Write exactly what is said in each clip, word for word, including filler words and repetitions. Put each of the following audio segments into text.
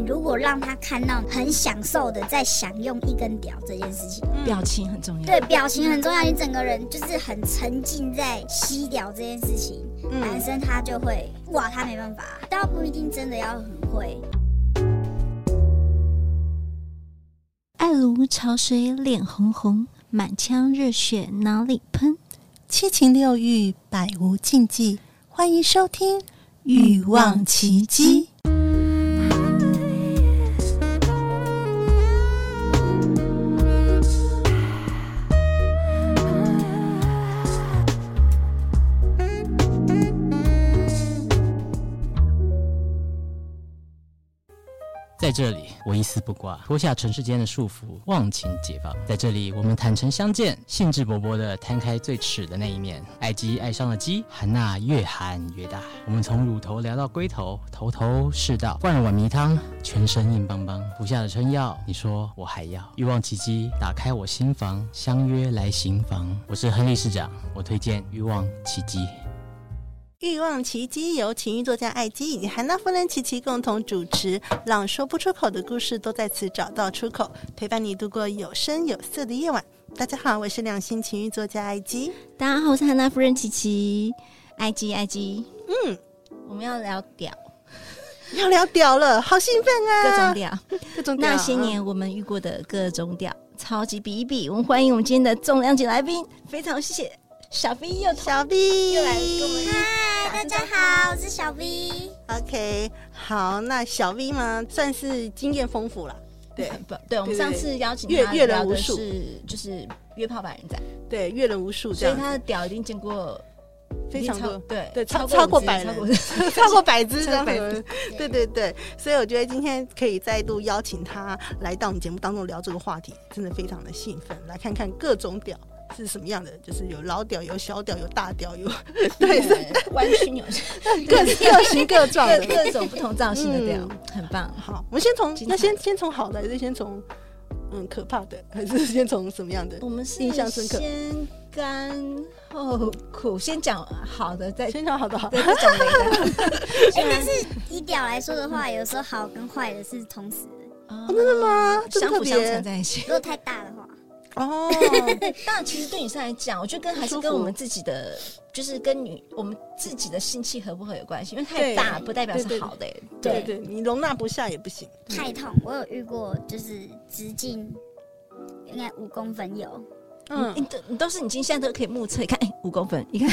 如果让他看到很享受的在享用一根屌这件事情， 嗯、表情很重要。 对，表情很重要，你整个人就是很沉浸在吸屌这件事情，嗯、男生他就会哇，他没办法，但不一定真的要很会。 爱如潮水，脸红红，满腔热血哪里喷？ 七情六欲，百无禁忌。欢迎收听《欲望奇迹》。 在这里，我一丝不挂，脱下尘世间的束缚，忘情解放。在这里，我们坦诚相见，兴致勃勃地摊开最耻的那一面。爱鸡爱上了鸡，含钠越含越大。我们从乳头聊到龟头，头头是道。灌了碗迷汤，全身硬邦邦。服下了春药，你说我还要。欲望奇迹，打开我心房，相约来行房。我是亨利市长，我推荐欲望奇迹。 欲望奇迹由情欲作家艾姬以及韩娜夫人琪琪共同主持，让说不出口的故事都在此找到出口，陪伴你度过有声有色的夜晚。大家好，我是两性情欲作家艾姬。 大家好，我是韩娜夫人琪琪。艾姬艾姬，嗯，我们要聊屌， 要聊屌了，好兴奋啊！ 各种屌， 各种屌。 那些年我们遇过的各种屌，超级比一比。我们欢迎我们今天的重量级来宾，非常谢谢小 V 又小 V 又来跟我们。嗨，大家好，我是小 V。 OK， 好，那小 V 嘛，算是经验丰富啦。对， 对，我们上次邀请他阅人无数， 是就是约炮百人斩， 对，阅人无数， 所以他的屌一定见过非常多， 对对，超超过百人，超过百只这样子，对对对，所以我觉得今天可以再度邀请他来到我们节目当中聊这个话题，真的非常的兴奋，来看看各种屌是什么样的，就是有老屌，有小屌，有大屌，有对弯曲扭曲， 各各形各状的各各种不同造型的屌，嗯、很棒。 好，我们先从那先先从好的，还是先从嗯可怕的，还是先从什么样的？ 我们是印象深刻， 先甘后苦，先讲好的，再先讲好的，好， 再讲雷的。 哎，但是以屌来说的话，有时候好跟坏的是同时的。 哦，真的吗？ 相辅相成在一起。 如果太大的话。 哦， 当然，其实对女生来讲，我觉得跟还是跟我们自己的，就是跟女我们自己的性气合不合有关系。因为太大不代表是好的、欸， 对 对, 对, 对，你容纳不下也不行。 太痛，我有遇过，就是直径应该五公分有。 嗯，你都你都是你今天现在都可以目测，你看，哎、欸，五公分，你看。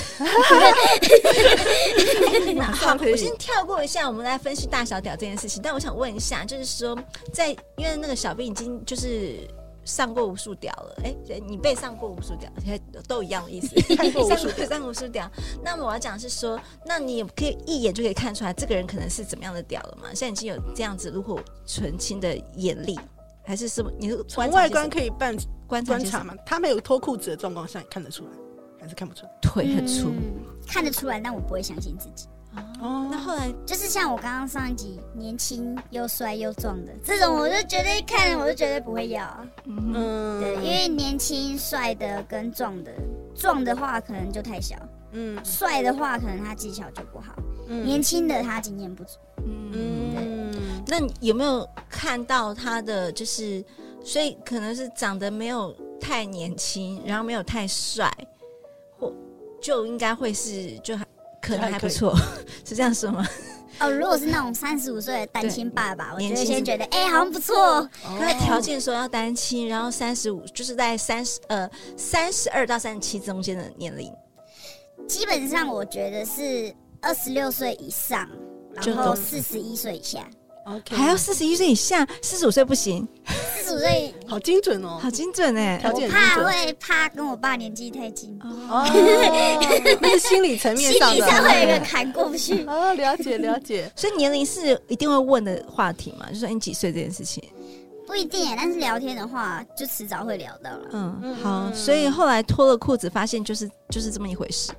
好，我先跳过一下，我们来分析大小屌这件事情。但我想问一下，就是说，在因为那个小兵已经就是上过无数屌了，哎、欸，你被上过无数屌，都一样的意思。 看过无数屌， 上过无数屌。那么我要讲的是说，那你也可以一眼就可以看出来，这个人可能是怎么样的屌了嘛？现在已经有这样子炉火纯青的眼力。还是什么？你从外观可以办观察, 观察吗？他没有脱裤子的状况下，看得出来还是看不出来？ 腿很粗、 嗯，看得出来，但我不会相信自己。 哦，那后来就是像我刚刚上一集，年轻又帅又壮的这种，我就绝对看了，我就绝对不会要。嗯，对，因为年轻帅的跟壮的，壮的话可能就太小，嗯，帅的话可能他技巧就不好，嗯，年轻的他经验不足，嗯，对。 那你有没有看到他的就是，所以可能是长得没有太年轻，然后没有太帅，或就应该会是就可能还不错，是这样说吗？ 哦，如果是那种三十五岁的单亲爸爸，我就会先觉得哎、欸，好像不错。 可是条件说要单亲，然后三十五，就是在三十呃三十二到三十七中间的年龄， 基本上我觉得是二十六岁以上，然后四十一岁以下。 Okay. 还要四十一岁以下，四十五岁不行。 四十五岁好精准哦， 好精准哎！ 我怕会怕跟我爸年纪太近哦，那是心理层面上的， 心理上会有一个坎过不去。 哦，了解了解。 所以年龄是一定会问的话题嘛？就说你几岁这件事情， 不一定，但是聊天的话，就迟早会聊到了。 嗯，好，所以后来脱了裤子，发现就是就是这么一回事。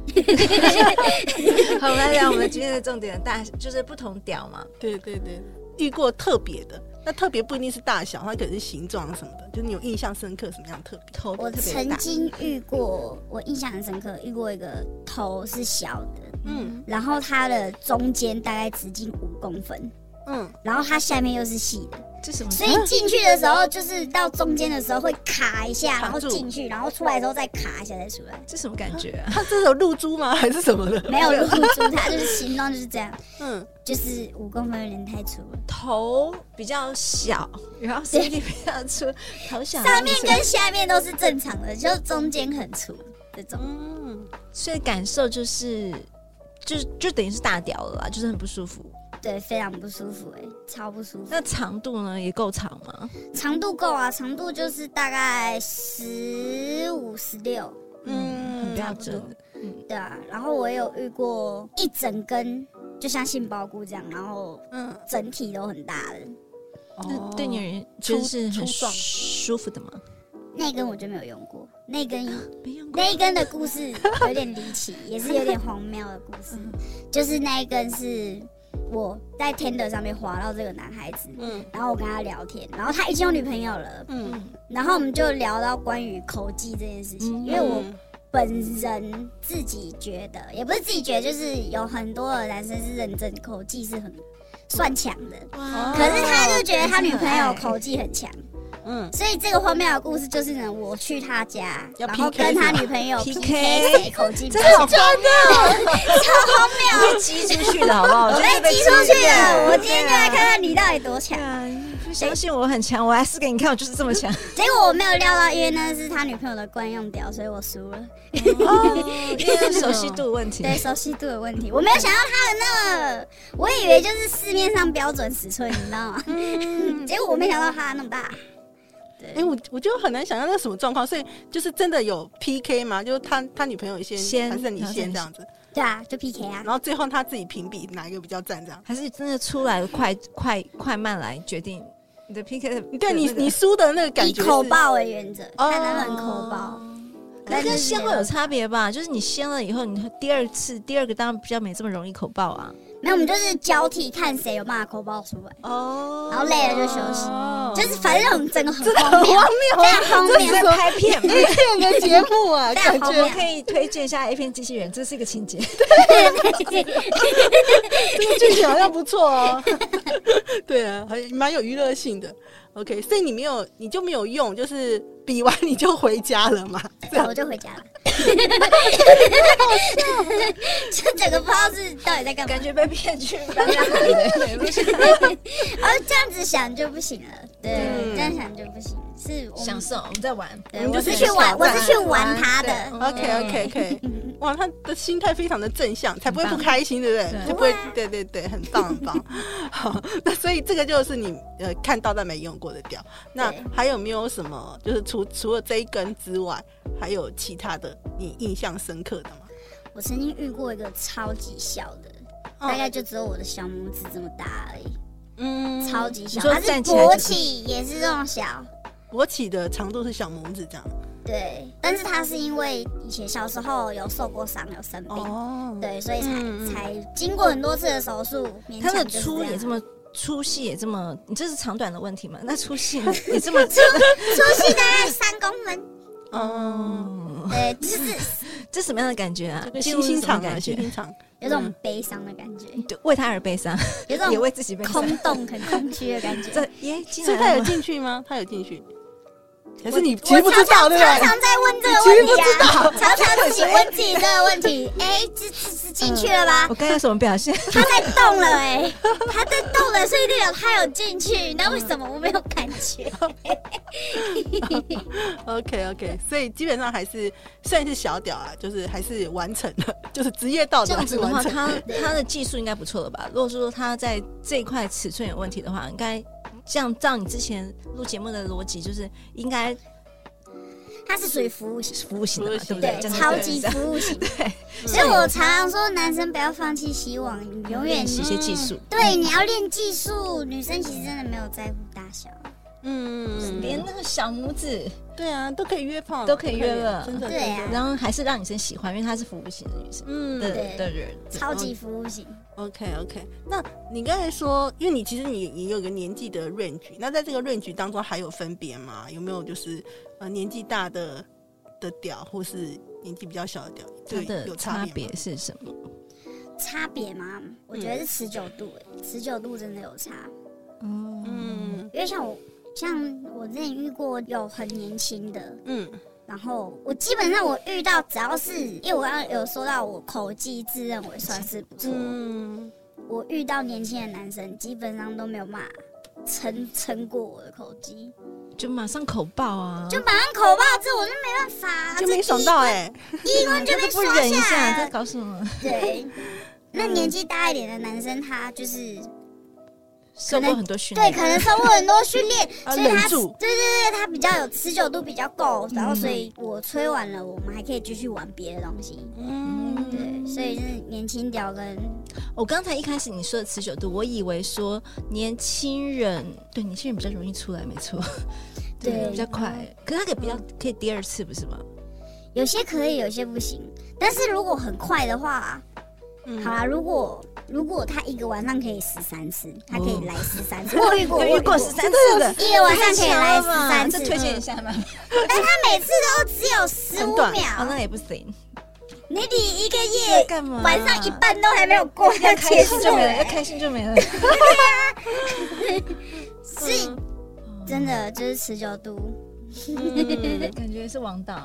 好，我们来聊我们今天的重点，大就是不同屌嘛。 对对对，遇过特别的，那特别不一定是大小，它可能是形状什么的，就是你有印象深刻什么样特别？ 头我曾经遇过，我印象很深刻，遇过一个头是小的，嗯，然后它的中间大概直径五公分， 嗯，然后它下面又是细的， 这什么？ 所以进去的时候就是到中间的时候会卡一下，然后进去，然后出来的时候再卡一下再出来。 这什么感觉啊？ 它这有露珠吗？还是什么的？ 没有露珠，它就是形状就是这样。嗯，就是五公分有点太粗了。 头比较小，然后身体比较粗，头小。 上面跟下面都是正常的，就中间很粗这种。嗯， 所以感受就是，就就等于是大屌了啦，就是很不舒服。 对，非常不舒服哎、欸，超不舒服。 那长度呢，也够长吗？ 长度够啊，长度就是大概十五、十六， 嗯，很标准的。 嗯，对啊。然后我有遇过一整根，就像杏鲍菇这样，然后嗯，整体都很大的。 哦，对女人觉得是很舒服的吗？ 那根我就没有用过，那根那一根的故事有点离奇，也是有点荒谬的故事。就是那一根是我在 Tinder 上面滑到这个男孩子，嗯，然后我跟他聊天，然后他已经有女朋友了，嗯，然后我们就聊到关于口技这件事情，嗯、因为我本人自己觉得，也不是自己觉得，就是有很多的男生是认真口技是很算强的，可是他就觉得他女朋友口技很强。嗯，所以这个荒谬的故事就是呢，我去他家，然后跟他女朋友 P K 谁口技， 真的好荒谬，超荒谬， 被激出去的好不好？ 我被激出去了，我今天就来看看你到底多强。 不相信我很强，我来试给你看，我就是这么强。 结果我没有料到，因为那是他女朋友的惯用屌，所以我输了。 哦，因为熟悉度问题， 对，熟悉度的问题，我没有想到他的那么，我以为就是市面上标准尺寸，你知道吗？结果我没想到他那么大。 哎、欸，我我就很难想象那什么状况，所以就是真的有 P K 吗？就是他他女朋友先，先还是你先这样子？ 对啊，就 P K 啊。 然后最后他自己评比哪一个比较赞，这样？ 还是真的出来快快快慢来决定你的 P K 的？ 对你你输的那个感觉以口爆为原则，看能不能口爆。 但是先会有差别吧？就是你先了以后，你第二次第二个当然比较没这么容易口爆啊。 没有，我们就是交替看谁有办法口爆出来哦，然后累了就休息，哦、就是反正整个很荒谬，非常荒谬， 这是在拍片 A 片的节目啊，感觉我可以推荐一下 A 片机器人，这是一个情节， 这个剧情好像不错哦，对啊，还蛮有娱乐性的。OK， 所以你没有，你就没有用，就是比完你就回家了嘛？ 对，我就回家了。就整个不知道是到底在干嘛， 感觉被骗去搬家海的。 哦，这样子想就不行了，对，嗯、这样想就不行，是享受我们在玩， 对，我是去玩，我是去玩他的。 OK OK OK， 哇，他的心态非常的正向，才不会不开心，对不对？就不会，对对对，很棒很棒。好，那所以这个就是你呃看到但没用过的屌。那还有没有什么？就是除除了这一根之外，还有其他的你印象深刻的吗？ 我曾经遇过一个超级小的，哦、大概就只有我的小拇指这么大而已。嗯，超级小，它是勃起，也是这种小。 勃起的长度是小拇指这样。 对，但是他是因为以前小时候有受过伤，有生病，哦、对，所以才、嗯、才经过很多次的手术。 他的粗也这么。粗细也这么，你这是长短的问题吗？那粗细也这么粗，粗细大概三公分。 哦， 对，就是这什么样的感觉啊？ 心心肠啊，心心肠， 有种悲伤的感觉， 对，为他而悲伤， 有种也为自己悲伤， 空洞、很空虚的感觉。 这耶， 所以他有进去吗？他有进去。可是你其实不知道，对不对？ 常常在问这个问题啊，常常自己问自己这个问题。哎、欸，这这是进去了吧？ 我刚才有什么表现？ 他在动了、欸，哎，他在动了，所以代表他有进去。那为什么我没有感觉 ？OK OK， 所以基本上还是虽然是小屌啊，就是还是完成了，就是职业道德还是完成。 这样子的话，他他的技术应该不错了吧？如果说他在这一块尺寸有问题的话，应该。像照你之前录节目的逻辑，就是应该， 它是属于服务型， 服务型的嘛，对不对？对，超级服务型。 对， 所以我常常说，男生不要放弃希望，你永远学些技术。 对，你要练技术。女生其实真的没有在乎大小。 嗯，连那个小拇指， 对啊，都可以约炮， 都可以约了， 真的， 对啊。 然后还是让女生喜欢，因为她是服务型的女生，嗯，对对对， 超级服务型。 OK OK， 那你刚才说，因为你其实你也有一个年纪的 range， 那在这个 range 当中还有分别吗？有没有就是呃年纪大的的屌，或是年纪比较小的屌， 它的差别是什么？ 差别吗？我觉得是持久度、欸，持久度真的有差。嗯，因为像我，像我之前遇过有很年轻的，嗯，然后我基本上我遇到只要是，因为我要有说到我口技自认为算是不错，嗯，我遇到年轻的男生基本上都没有办法撑撑过我的口技。 就马上口爆啊！ 就马上口爆，这我就没办法， 就没爽到哎、欸， 第一关就被刷下来了。 不忍一下，在搞什么？ 对，那年纪大一点的男生，他就是受过很多训练， 对，可能受过很多训练，所以他， 对对对对，他比较有持久度比较够，然后所以我吹完了，我们还可以继续玩别的东西。嗯，对，所以就是年轻屌跟。 我刚才一开始你说的持久度，我以为说年轻人，对年轻人比较容易出来，没错，对，对比较快。可是他可以比较可以第二次，不是吗？ 有些可以，有些不行。但是如果很快的话，嗯、好啦，如果如果他一个晚上可以十三次，他可以来十三次。我遇过， 遇过十三次的， 一个晚上可以来十三次， 这推荐一下吗？ 但他每次都只有十五秒， 哦，那也不行。 你你一个月干嘛？ 晚上一半都还没有过， 要开心就没了，要开心就没了。 所以真的就是持久度， 嗯、感觉是王道，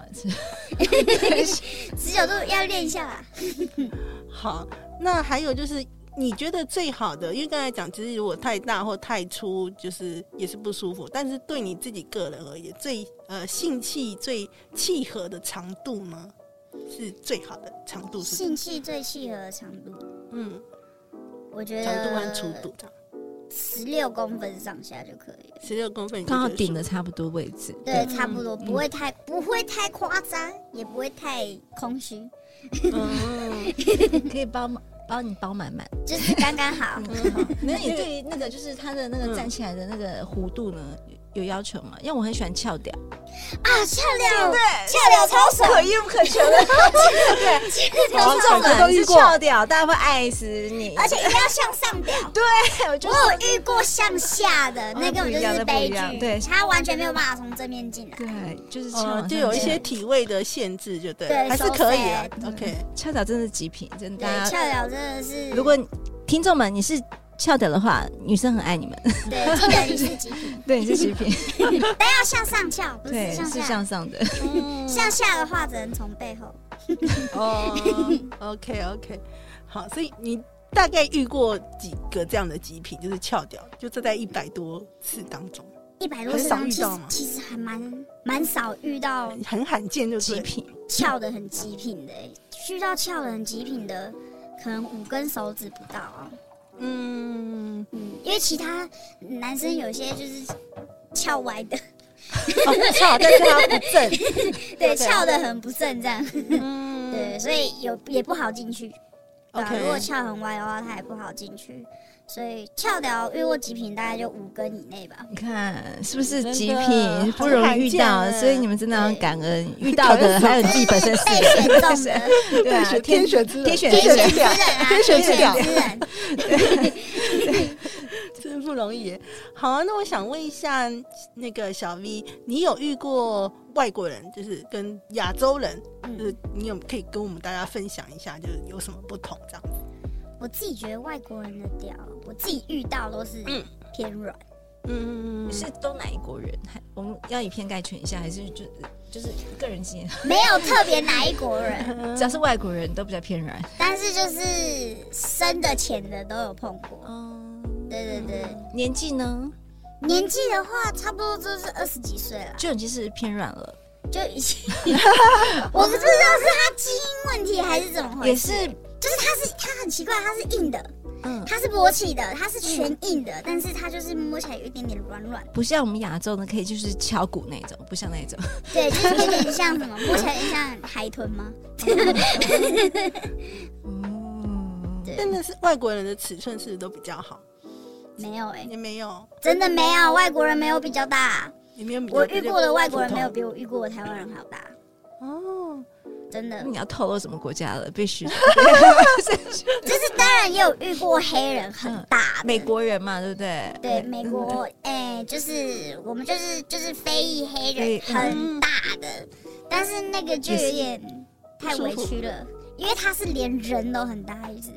持久度要练一下啦。 好，那还有就是你觉得最好的，因为刚才讲，其实如果太大或太粗，就是也是不舒服。但是对你自己个人而言，最呃性器最契合的长度呢？是最好的长度是性器最契合的长度，嗯，我觉得长度和粗度这样， 十六公分上下就可以了。 十六公分刚好顶的差不多位置， 对，嗯、差不多，不会太不会太夸张，也不会太空虚， 嗯，可以包包你包满满， 就是刚刚好。 那你对于那个就是它的那个站起来的那个弧度呢？有要求吗？因为我很喜欢翘屌啊，翘屌，对，翘屌超爽， 可遇不可求的。对，听众们是翘屌，大家会爱死你， 而且一定要向上屌。 对，我就我有遇过向下的，那根本就是悲剧， 对， 他完全没有办法从正面进来。 对，就是翘， 就有一些体位的限制，就对，还是可以啊。OK， 翘屌真的是极品，真的。 翘屌真的是， 如果听众们你是。翘屌的话，女生很爱你们。 对，记得你是极品。 对，你是极品。 但要向上翘，不是向下。 是向上的。 嗯、向下的话，只能从背后。 哦 ，OK OK， 好，所以你大概遇过几个这样的极品，就是翘屌，就这在一百多次当中， 一百多次当中，其实其实还蛮蛮少遇到， 很罕见就极品， 翘的很极品的、欸，遇到翘的很极品的，可能五根手指不到啊。嗯嗯，因为其他男生有些就是翘歪的， 哦、翘，但是他不正， 对，翘的很不正这样，嗯，对，所以有也不好进去。Okay. 如果翘很歪的话，它也不好进去。所以翘屌遇过极品大概就五根以内吧。 你看是不是极品不容易遇到，所以你们真的要感恩遇到的，还有你自己本身是被选中的， 对啊，天选之人， 天选之人， 天选之屌， 对， 真不容易。好啊，那我想问一下，那个小 V， 你有遇过外国人，就是跟亚洲人，就是你有可以跟我们大家分享一下，就是有什么不同这样子？ 我自己觉得外国人的屌，我自己遇到都是偏软。 嗯，是都哪一国人？还我们要以偏概全一下，还是就就是个人经验？ 没有特别哪一国人， 只要是外国人都比较偏软。 但是就是深的浅的都有碰过。嗯，对对对。 年纪呢？ 年纪的话，差不多就是二十几岁了， 就已经是偏软了。 就已经，我不知道是他基因问题还是怎么回事。也是。就是它是它很奇怪，它是硬的，嗯，它是勃起的，它是全硬的，嗯、但是它就是摸起来有一点点软软， 不像我们亚洲的可以就是敲鼓那种，不像那种， 对，就是有点像什么，摸起来像海豚吗？ 嗯，真的是外国人的尺寸是不是都比较好？ 没有哎、欸， 也没有， 真的没有，外国人没有比较大， 也没有比较， 我遇过的外国人没有比我遇过的台湾人还要大。哦。真的， 你要透露什么国家了？必须， 就是当然也有遇过黑人很大的、 嗯、美国人嘛，对不对？ 对，美国，哎、欸，就是我们就是就是非裔黑人很大的，嗯、但是那个就有点太委屈了，因为他是连人都很大一只，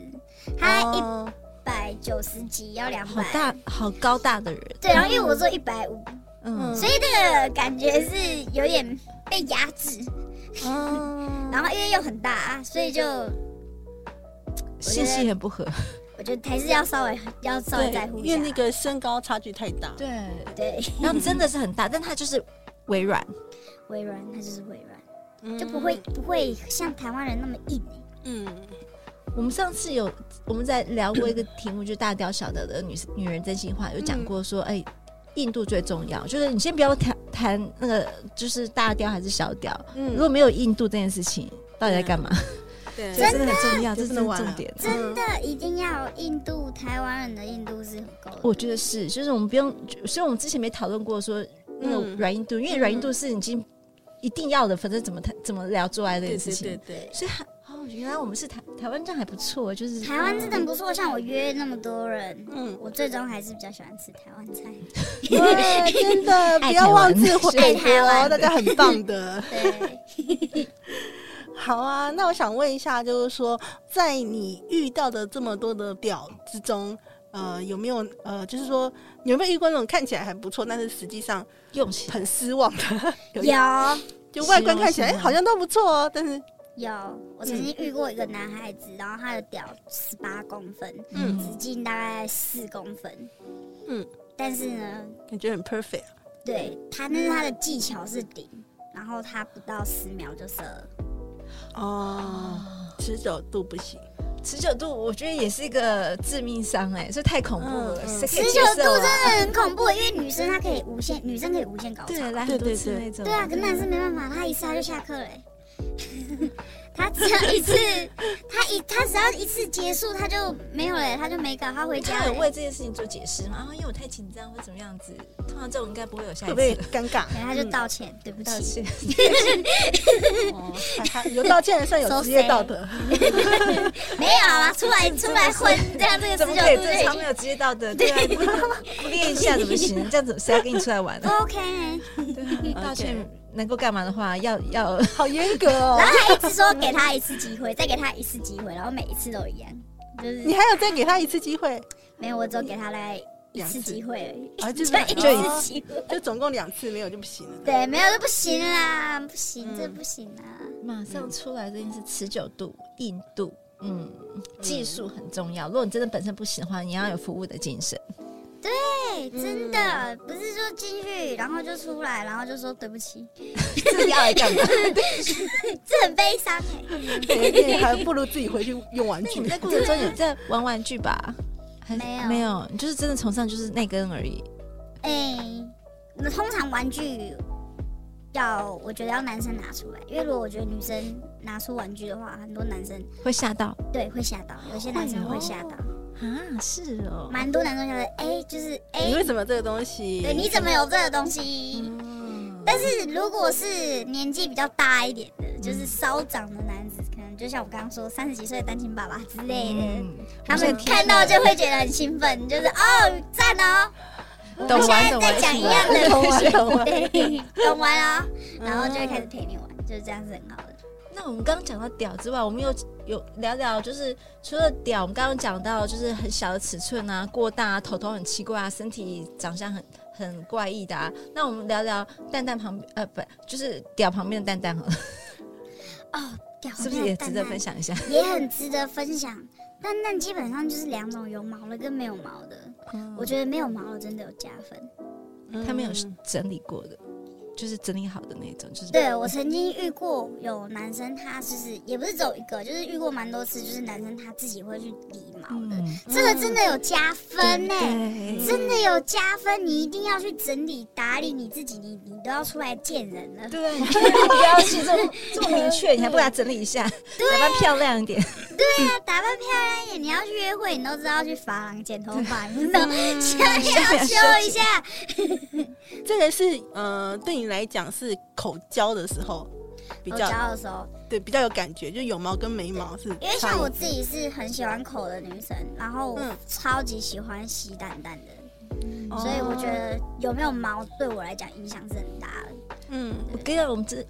他一百九十几要两百， 好大好高大的人。 对，然后因为我做一百五， 嗯， 所以那个感觉是有点被压制。嗯，然后因为又很大，所以就信息很不合。 我觉得还是要稍微要稍微在乎一下， 因为那个身高差距太大。 对对， 然后真的是很大，但他就是微软， 微软，他就是微软，嗯、就不会不会像台湾人那么硬、欸。嗯， 我们上次有我们在聊过一个题目，就是大雕小雕的女女人真心话，有讲过说，哎、欸，硬度最重要，就是你先不要谈谈那个就是大雕还是小雕，嗯、如果没有硬度这件事情，到底在干嘛？ 对， 真的很重要，这是重点。 真的一定要硬度，台湾人的硬度是很高的。 我觉得是，就是我们不用，所以我们之前没讨论过说那个软硬度，嗯、因为软硬度是已经一定要的，反正怎么怎么聊做爱这件事情。 对对 对, 对， 所以哦，原来我们是台台湾这样还不错，就是台湾真的不错。像我约那么多人，嗯，我最终还是比较喜欢吃台湾菜。 对，真的不要妄自菲薄，大家很棒的。 对。 好啊，那我想问一下，就是说，在你遇到的这么多的屌之中，呃，有没有呃，就是说，有没有遇过那种看起来还不错，但是实际上用起来很失望的？ 有， 就外观看起来好像都不错哦，但是有，我曾经遇过一个男孩子，然后他的屌十八公分，嗯，直径大概四公分，嗯，但是呢， 感觉很 perfect。 对他，那是他的技巧是顶，然后他不到十秒就射了。 哦，持久度不行， 持久度我觉得也是一个致命伤哎、欸，这太恐怖了。 嗯嗯、持久度真的很恐怖，因为女生她可以无限，女生可以无限高潮， 对，来很多次那种。 对啊，可是男生没办法，他一次他就下课了、欸。他只要一次，他一他只要一次结束，他就没有了、欸，他就没搞，他回家、欸。 他有为这件事情做解释吗？啊，因为我太紧张或怎么样子，通常这种应该不会有下一次。 会不会尴尬？ 他就道歉，嗯、对不起。道歉。 哦，还有道歉的算有职业道德。 没有啊，出来出来混，这样这个持久度对，正常没有职业道德，对啊，不练一下怎么行？这样子谁要跟你出来玩呢 ？OK。 对啊，道歉。能够干嘛的话，要要好严格哦。 然后他一直说给他一次机会，再给他一次机会，然后每一次都一样。就是你还有再给他一次机会？ 没有，我只有给他大概一次机会而已。 啊，就是一次机会， 就总共两次，没有就不行了。 对，没有就不行啦，不行，嗯、这不行啊。 马上出来这件事，持久度、硬度，嗯，技术很重要。如果你真的本身不行的话，你要有服务的精神。 对，真的、嗯、不是说进去然后就出来，然后就说对不起， 这要来干嘛？ 这很悲伤哎、 欸，还不如自己回去用玩具。 你在过程中有在玩玩具吧？ 没有， 没有，你就是真的崇尚就是那根而已。 哎、欸，那通常玩具要我觉得要男生拿出来，因为如果我觉得女生拿出玩具的话，很多男生会吓到， 对，会吓到，有些男生会吓到。 啊，是哦， 蛮多男生觉得，哎、欸，就是哎，欸、 你为什么这个东西？ 对，你怎么有这个东西？嗯、但是如果是年纪比较大一点的，嗯、就是稍长的男子，可能就像我刚刚说，三十几岁的单亲爸爸之类的，嗯、他们看到就会觉得很兴奋，就是哦，赞哦。 懂玩， 我现在在讲一样的， 懂玩，懂玩， 对，懂玩啊、哦，然后就会开始陪你玩，就是这样是很好的。 那我们刚刚讲到屌之外，我们有有聊聊，就是除了屌，我们刚刚讲到就是很小的尺寸啊，过大啊，头头很奇怪啊，身体长相很很怪异的啊。那我们聊聊蛋蛋旁边，呃，不，就是屌旁边的蛋蛋好了。 哦，屌是不是也值得分享一下？ 也很值得分享。蛋蛋基本上就是两种，有毛的跟没有毛的。嗯、我觉得没有毛的真的有加分。 嗯、他没有整理过的。就是整理好的那种，就是对我曾经遇过有男生，他就是也不是只有一个，就是遇过蛮多次，就是男生他自己会去理毛的，嗯、这个真的有加分呢、欸，真的有加分，你一定要去整理打理你自己，你你都要出来见人了， 对，你不要去这么这么明确，你还不给他整理一下，打扮漂亮一点， 对啊，打扮漂亮一点，你要去约会，你都知道去发廊剪头发，你知道，现在要修一下， 这个是呃，对你来讲是口交的时候比较口交的时候， 对，比较有感觉，就有毛跟没毛是。 因为像我自己是很喜欢口的女生，然后我超级喜欢吸蛋蛋的，嗯、所以我觉得有没有毛对我来讲影响是很大的。 嗯，我跟你讲，我们这有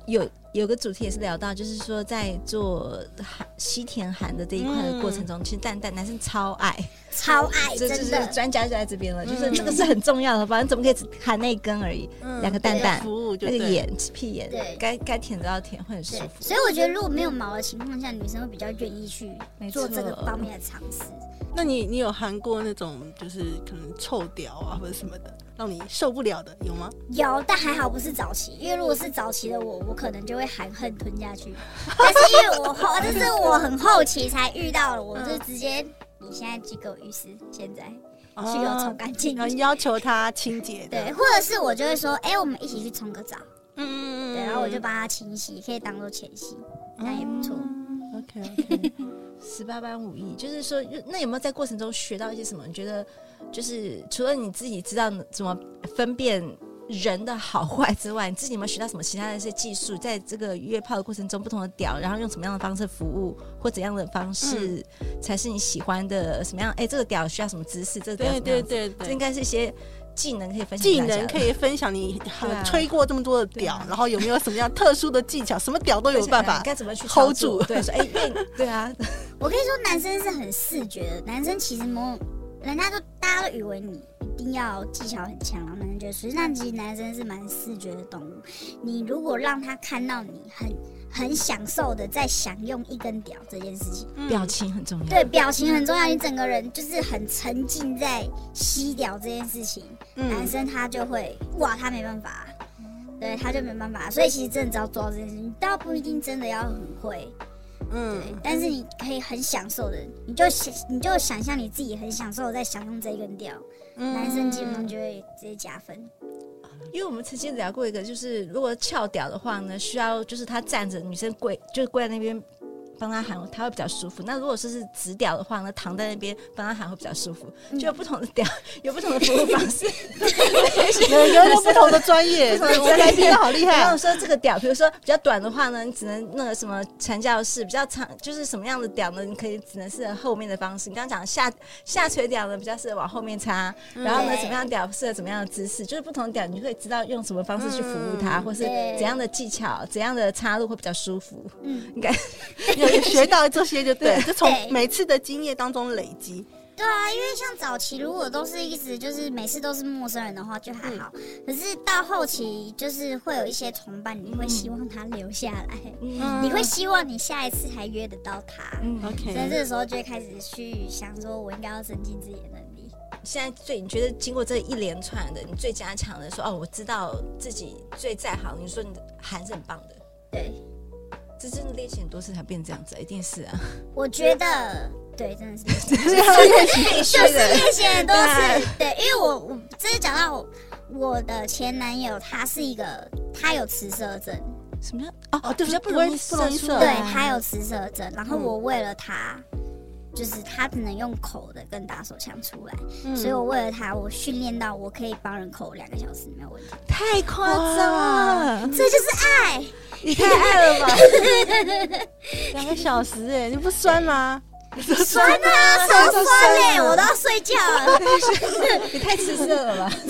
有个主题也是聊到，就是说在做西田含的这一块的过程中，嗯、其实蛋蛋男生超爱， 超爱， 这真的， 专家就在这边了，嗯、就是这个是很重要的，反正怎么可以只含那一根而已，两、嗯、个蛋蛋， 服务就那个眼屁眼， 对， 该该舔都要舔，会很舒服。 所以我觉得，如果没有毛的情况下，女生会比较愿意去做这个方面的尝试。 那你你有含过那种就是可能臭屌啊或者什么的？让你受不了的有吗？ 有，但还好不是早期，因为如果是早期的我，我可能就会含恨吞下去。但是因为我后，这是我很后期才遇到了，我就直接，你现在去给我浴室，现在去给我冲干净， 然后要求他清洁的， 对，或者是我就会说，哎、欸，我们一起去冲个澡，嗯嗯嗯，对，然后我就帮他清洗，可以当做前戏，那也不错。 OK OK， 十八般武艺，就是说，那有没有在过程中学到一些什么？你觉得？就是除了你自己知道怎么分辨人的好坏之外，你自己有没有学到什么其他的一些技术？在这个约炮的过程中，不同的屌，然后用什么样的方式服务，或怎样的方式才是你喜欢的？什么样？哎、欸，这个屌需要什么姿势？这个屌怎么样子？对对对对，这应该是一些技能可以分享。 技能可以分享你，你吹过这么多的屌，啊、然后有没有什么样特殊的技巧？什么屌都有办法， 该怎么去 hold 住？ 对，说哎、欸，对啊。 我可以说，男生是很视觉的，男生其实某种。人家都大家都以为你一定要技巧很强，然后男生觉得，实际上其实男生是蛮视觉的动物。你如果让他看到你很很享受的在享用一根屌这件事情， 嗯、表情很重要。 对，表情很重要。你整个人就是很沉浸在吸屌这件事情，嗯、男生他就会哇，他没办法，对，他就没办法。所以其实真的只要做到这件事情，倒不一定真的要很会。嗯，对，但是你可以很享受的，你就你就想象你自己很享受的在享用这一根屌，嗯、男生基本上就会直接加分。 因为我们曾经聊过一个，就是如果翘屌的话呢，需要就是他站着，女生跪就是跪在那边帮他喊，他会比较舒服。那如果是是直屌的话呢，躺在那边帮他喊会比较舒服。就有不同的屌，有不同的服务方式， 有有不同的专业，我们来宾好厉害。 然后说这个屌，比如说比较短的话呢，你只能那个什么传教士；比较长就是什么样的屌呢，你可以只能是后面的方式。你刚刚讲下下垂屌呢，比较适合往后面插，然后呢，怎么样的屌适合怎么样的姿势，就是不同的屌，你就可以知道用什么方式去服务它，嗯、或是怎样的技巧、怎样的插入会比较舒服。嗯，应该。 学到这些就对，就从每次的经验当中累积。 对啊，因为像早期如果都是一直就是每次都是陌生人的话就还好，嗯、可是到后期就是会有一些同伴，你会希望他留下来，嗯、你会希望你下一次还约得到他。嗯 OK， 所以这个时候就会开始去想说，我应该要增进自己的能力。 现在最你觉得经过这一连串的，你最加强的说哦，我知道自己最在行。你说你的韩是很棒的， 对。 这真的练习很多次才变这样子，一定是啊。 我觉得，对，真的是练习，就是练习很多次。对，因为我我真的讲到我的前男友，他是一个他有雌色症。 什么叫哦哦？对，比较不容易不容易射。 对，他有雌色症，然后我为了他。就是他只能用口的跟打手枪出来，嗯、所以我为了他，我训练到我可以帮人口两个小时没有问题。 太夸张了， 这就是爱， 你太爱了吧？ 两个小时哎、欸，你不酸吗？ 酸啊，超酸嘞、欸，我都要睡觉了。 你太吃色了吧？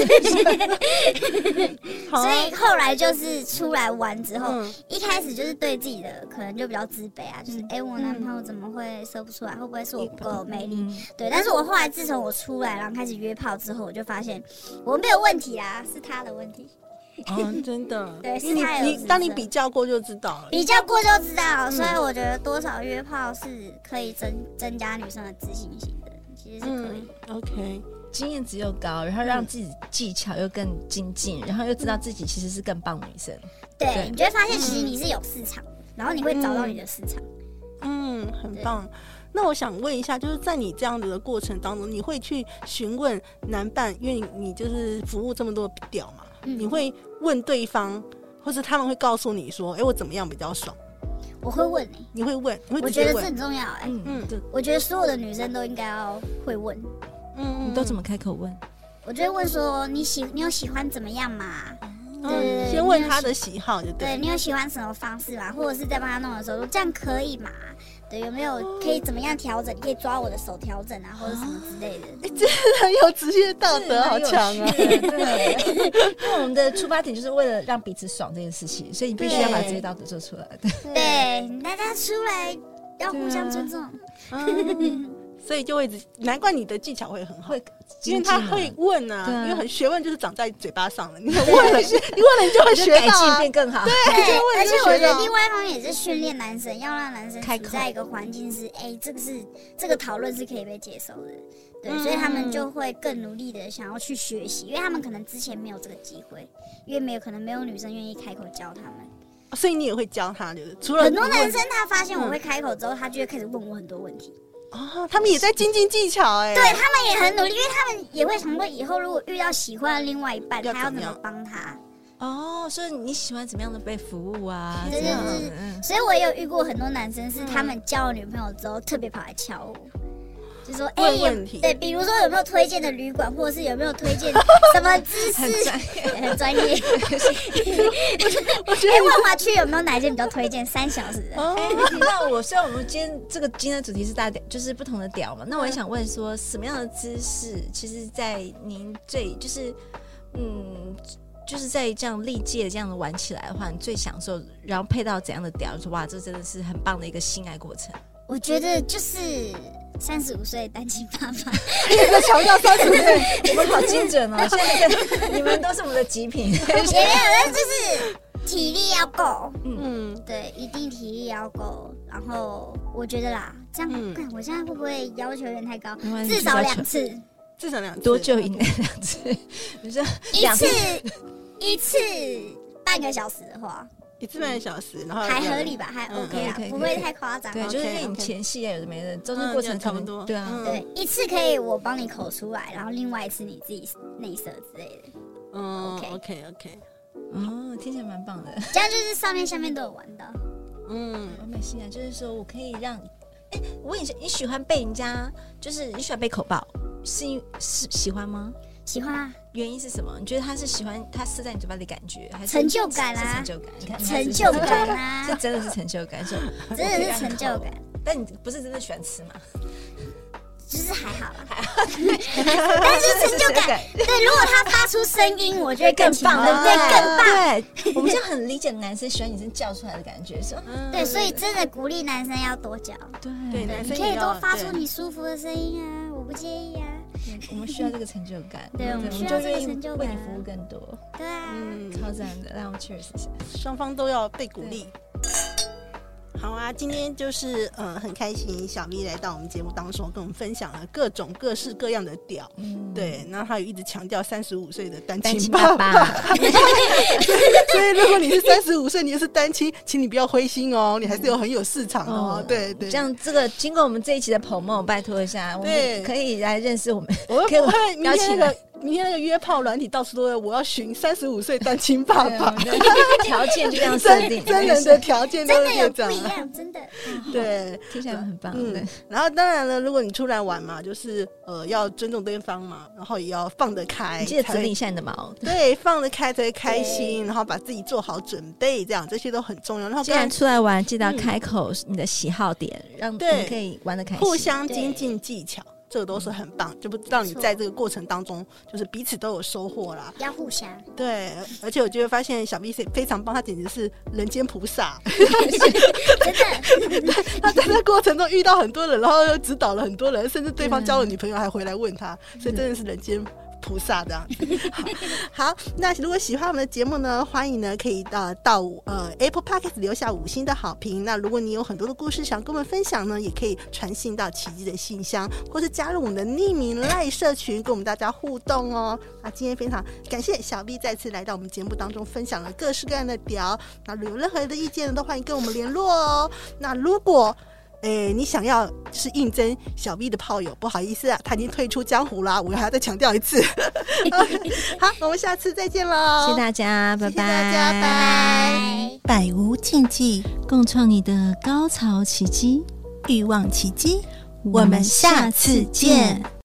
所以后来就是出来玩之后，嗯、一开始就是对自己的可能就比较自卑啊，就是哎、欸，我男朋友怎么会射不出来？会不会是我不够有魅力？嗯、对，但是我后来自从我出来，然后开始约炮之后，我就发现我没有问题啊，是他的问题。 哦，真的， 对， 你你当你比较过就知道了， 比较过就知道，嗯、所以我觉得多少约炮是可以增增加女生的自信心的，其实是可以。 嗯、OK， 经验值又高，然后让自己技巧又更精进，然后又知道自己其实是更棒的女生。 对，对你就会发现其实你是有市场，嗯、然后你会找到你的市场。 嗯，很棒。那我想问一下，就是在你这样子的过程当中，你会去询问男伴，因为你你就是服务这么多屌嘛？嗯、你会问对方，或是他们会告诉你说：“哎、欸，我怎么样比较爽？” 我会问你、欸， 你会问，你会我觉得这很重要哎、欸。嗯嗯，我觉得所有的女生都应该要会问。 嗯，你都怎么开口问？ 我就会问说：“你喜你有喜欢怎么样嘛？” 嗯、对，先问他的喜好就对。 对，你有喜欢什么方式嘛？或者是在帮他弄的时候说：“这样可以嘛？” 对，有没有可以怎么样调整？你可以抓我的手调整啊，或者什么之类的。 哎、欸，这很有职业道德，好强啊！ 对，因为我们的出发点就是为了让彼此爽这件事情，所以你必须要把职业道德做出来。 对，大家出来要互相尊重。 嗯所以就会难怪你的技巧会很好，因为他会问啊，因为很学问就是长在嘴巴上了。你问了，你问了你就会学到、啊， 改进变更好。 对，而且我觉得另外一方面也是训练男生，要让男生处在一个环境是，哎、欸，这个是这个讨论是可以被接受的。对、嗯，所以他们就会更努力的想要去学习，因为他们可能之前没有这个机会，因为没有可能没有女生愿意开口教他们。 所以你也会教他，就是除了很多男生他发现我会开口之后，他就会开始问我很多问题。 哦，他们也在精进技巧哎、欸， 对他们也很努力，因为他们也会想过以后如果遇到喜欢的另外一半，他要怎么帮他。 哦，所以你喜欢怎么样的被服务啊？ 对对对，嗯、所以我也有遇过很多男生是他们交了女朋友之后特别跑来敲我。就说哎、欸，对，比如说有没有推荐的旅馆，或者是有没有推荐什么姿势，很专业。 我觉得哎， 万华区有没有哪一间比较推荐三小时的？ 哎、欸，那我虽然我们今天这个今天的主题是大屌，就是不同的屌嘛，那我也想问说，什么样的姿势，其实，在您最就是嗯。就是在这样历届这样的玩起来的话，你最享受，然后配到怎样的屌，说哇，这真的是很棒的一个性爱过程。 我觉得就是三十五岁单亲爸爸， 一直强调三十五岁， 我们好精准哦！现在你们都是我们的极品， 也没有，但就是体力要够，嗯，对，一定体力要够。然后我觉得啦，这样，嗯、我现在会不会要求有点太高？至少两次， 至少两次， 多久以内两次？你说一次。一次半个小时的话， 一次半个小时，然后还合理吧，还 OK 啊，嗯、不会太夸张。 对，就是你前戏啊，有的没的，中间过程差不多。 对啊， 对，一次可以我帮你口出来，然后另外一次你自己内射之类的。 嗯 ，OK OK OK， 哦，听起来蛮棒的。 这样就是上面下面都有玩到。 嗯，完美性啊，就是说我可以让，哎，我问一下，你喜欢被人家，就是你喜欢被口爆，是是喜欢吗？ 喜欢啊， 原因是什么？你觉得他是喜欢他射在你嘴巴里的感觉，还是成就感啊？ 成就感，你看成就感啊， 这真的是成就感，是真的是成就感。 但你不是真的喜欢吃吗？ 就是还好啦，还好，但是成就感。对，如果他发出声音，我觉得更棒，对，更棒。 对，我们就很理解男生喜欢女生叫出来的感觉，是吧？ 对，所以真的鼓励男生要多叫。 对对， 你可以多发出你舒服的声音啊，我不介意啊。 我们需要这个成就感， 对，我们需要这个成就感， 为你服务更多。 对啊， 嗯，超赞的，让我们 cheers 一下， 双方都要被鼓励。好啊，今天就是呃很开心，小咪来到我们节目当中，跟我们分享了各种各式各样的屌，嗯、对，然后他有一直强调三十五岁的单亲爸爸， 爸爸所以如果你是三十五岁，你又是单亲，请你不要灰心哦，你还是有很有市场哦，哦对对。 这样这个经过我们这一期的 promo， 拜托一下，我们可以来认识我们， 我会我会邀请来。 明天那个约炮软体到处都有，我要寻三十五岁单亲爸爸， 条件就这样设定， 真人的条件都是这样，真的有不一样，真的。 对， 听起来很棒。 嗯，然后当然了，如果你出来玩嘛，就是呃要尊重对方嘛，然后也要放得开， 你记得整理一下你的毛， 对，放得开才会开心，然后把自己做好准备，这样这些都很重要。然后既然出来玩，记得要开口你的喜好点，让我们可以玩得开心， 互相精进技巧。这个都是很棒，就不知道你在这个过程当中，就是彼此都有收获啦。 要互相对，而且我就会发现小 B 非常棒，他简直是人间菩萨， 真的。 他在这过程中遇到很多人，然后又指导了很多人，甚至对方交了女朋友还回来问他，所以真的是人间菩萨这样子。好, 好，那如果喜欢我们的节目呢，欢迎呢可以到到呃 Apple Podcast 留下五星的好评。那如果你有很多的故事想跟我们分享呢，也可以传信到奇迹的信箱，或是加入我们的匿名赖社群，跟我们大家互动哦。那今天非常感谢小 B 再次来到我们节目当中，分享了各式各样的屌。那有任何的意见呢，都欢迎跟我们联络哦。那如果诶，你想要就是应征小 B 的炮友，不好意思啊，他已经退出江湖啦，我还要再强调一次。好，我们下次再见喽！ 谢谢大家，拜拜！ 谢谢大家，拜拜！百无禁忌， 共创你的高潮奇迹， 欲望奇迹，我们下次见。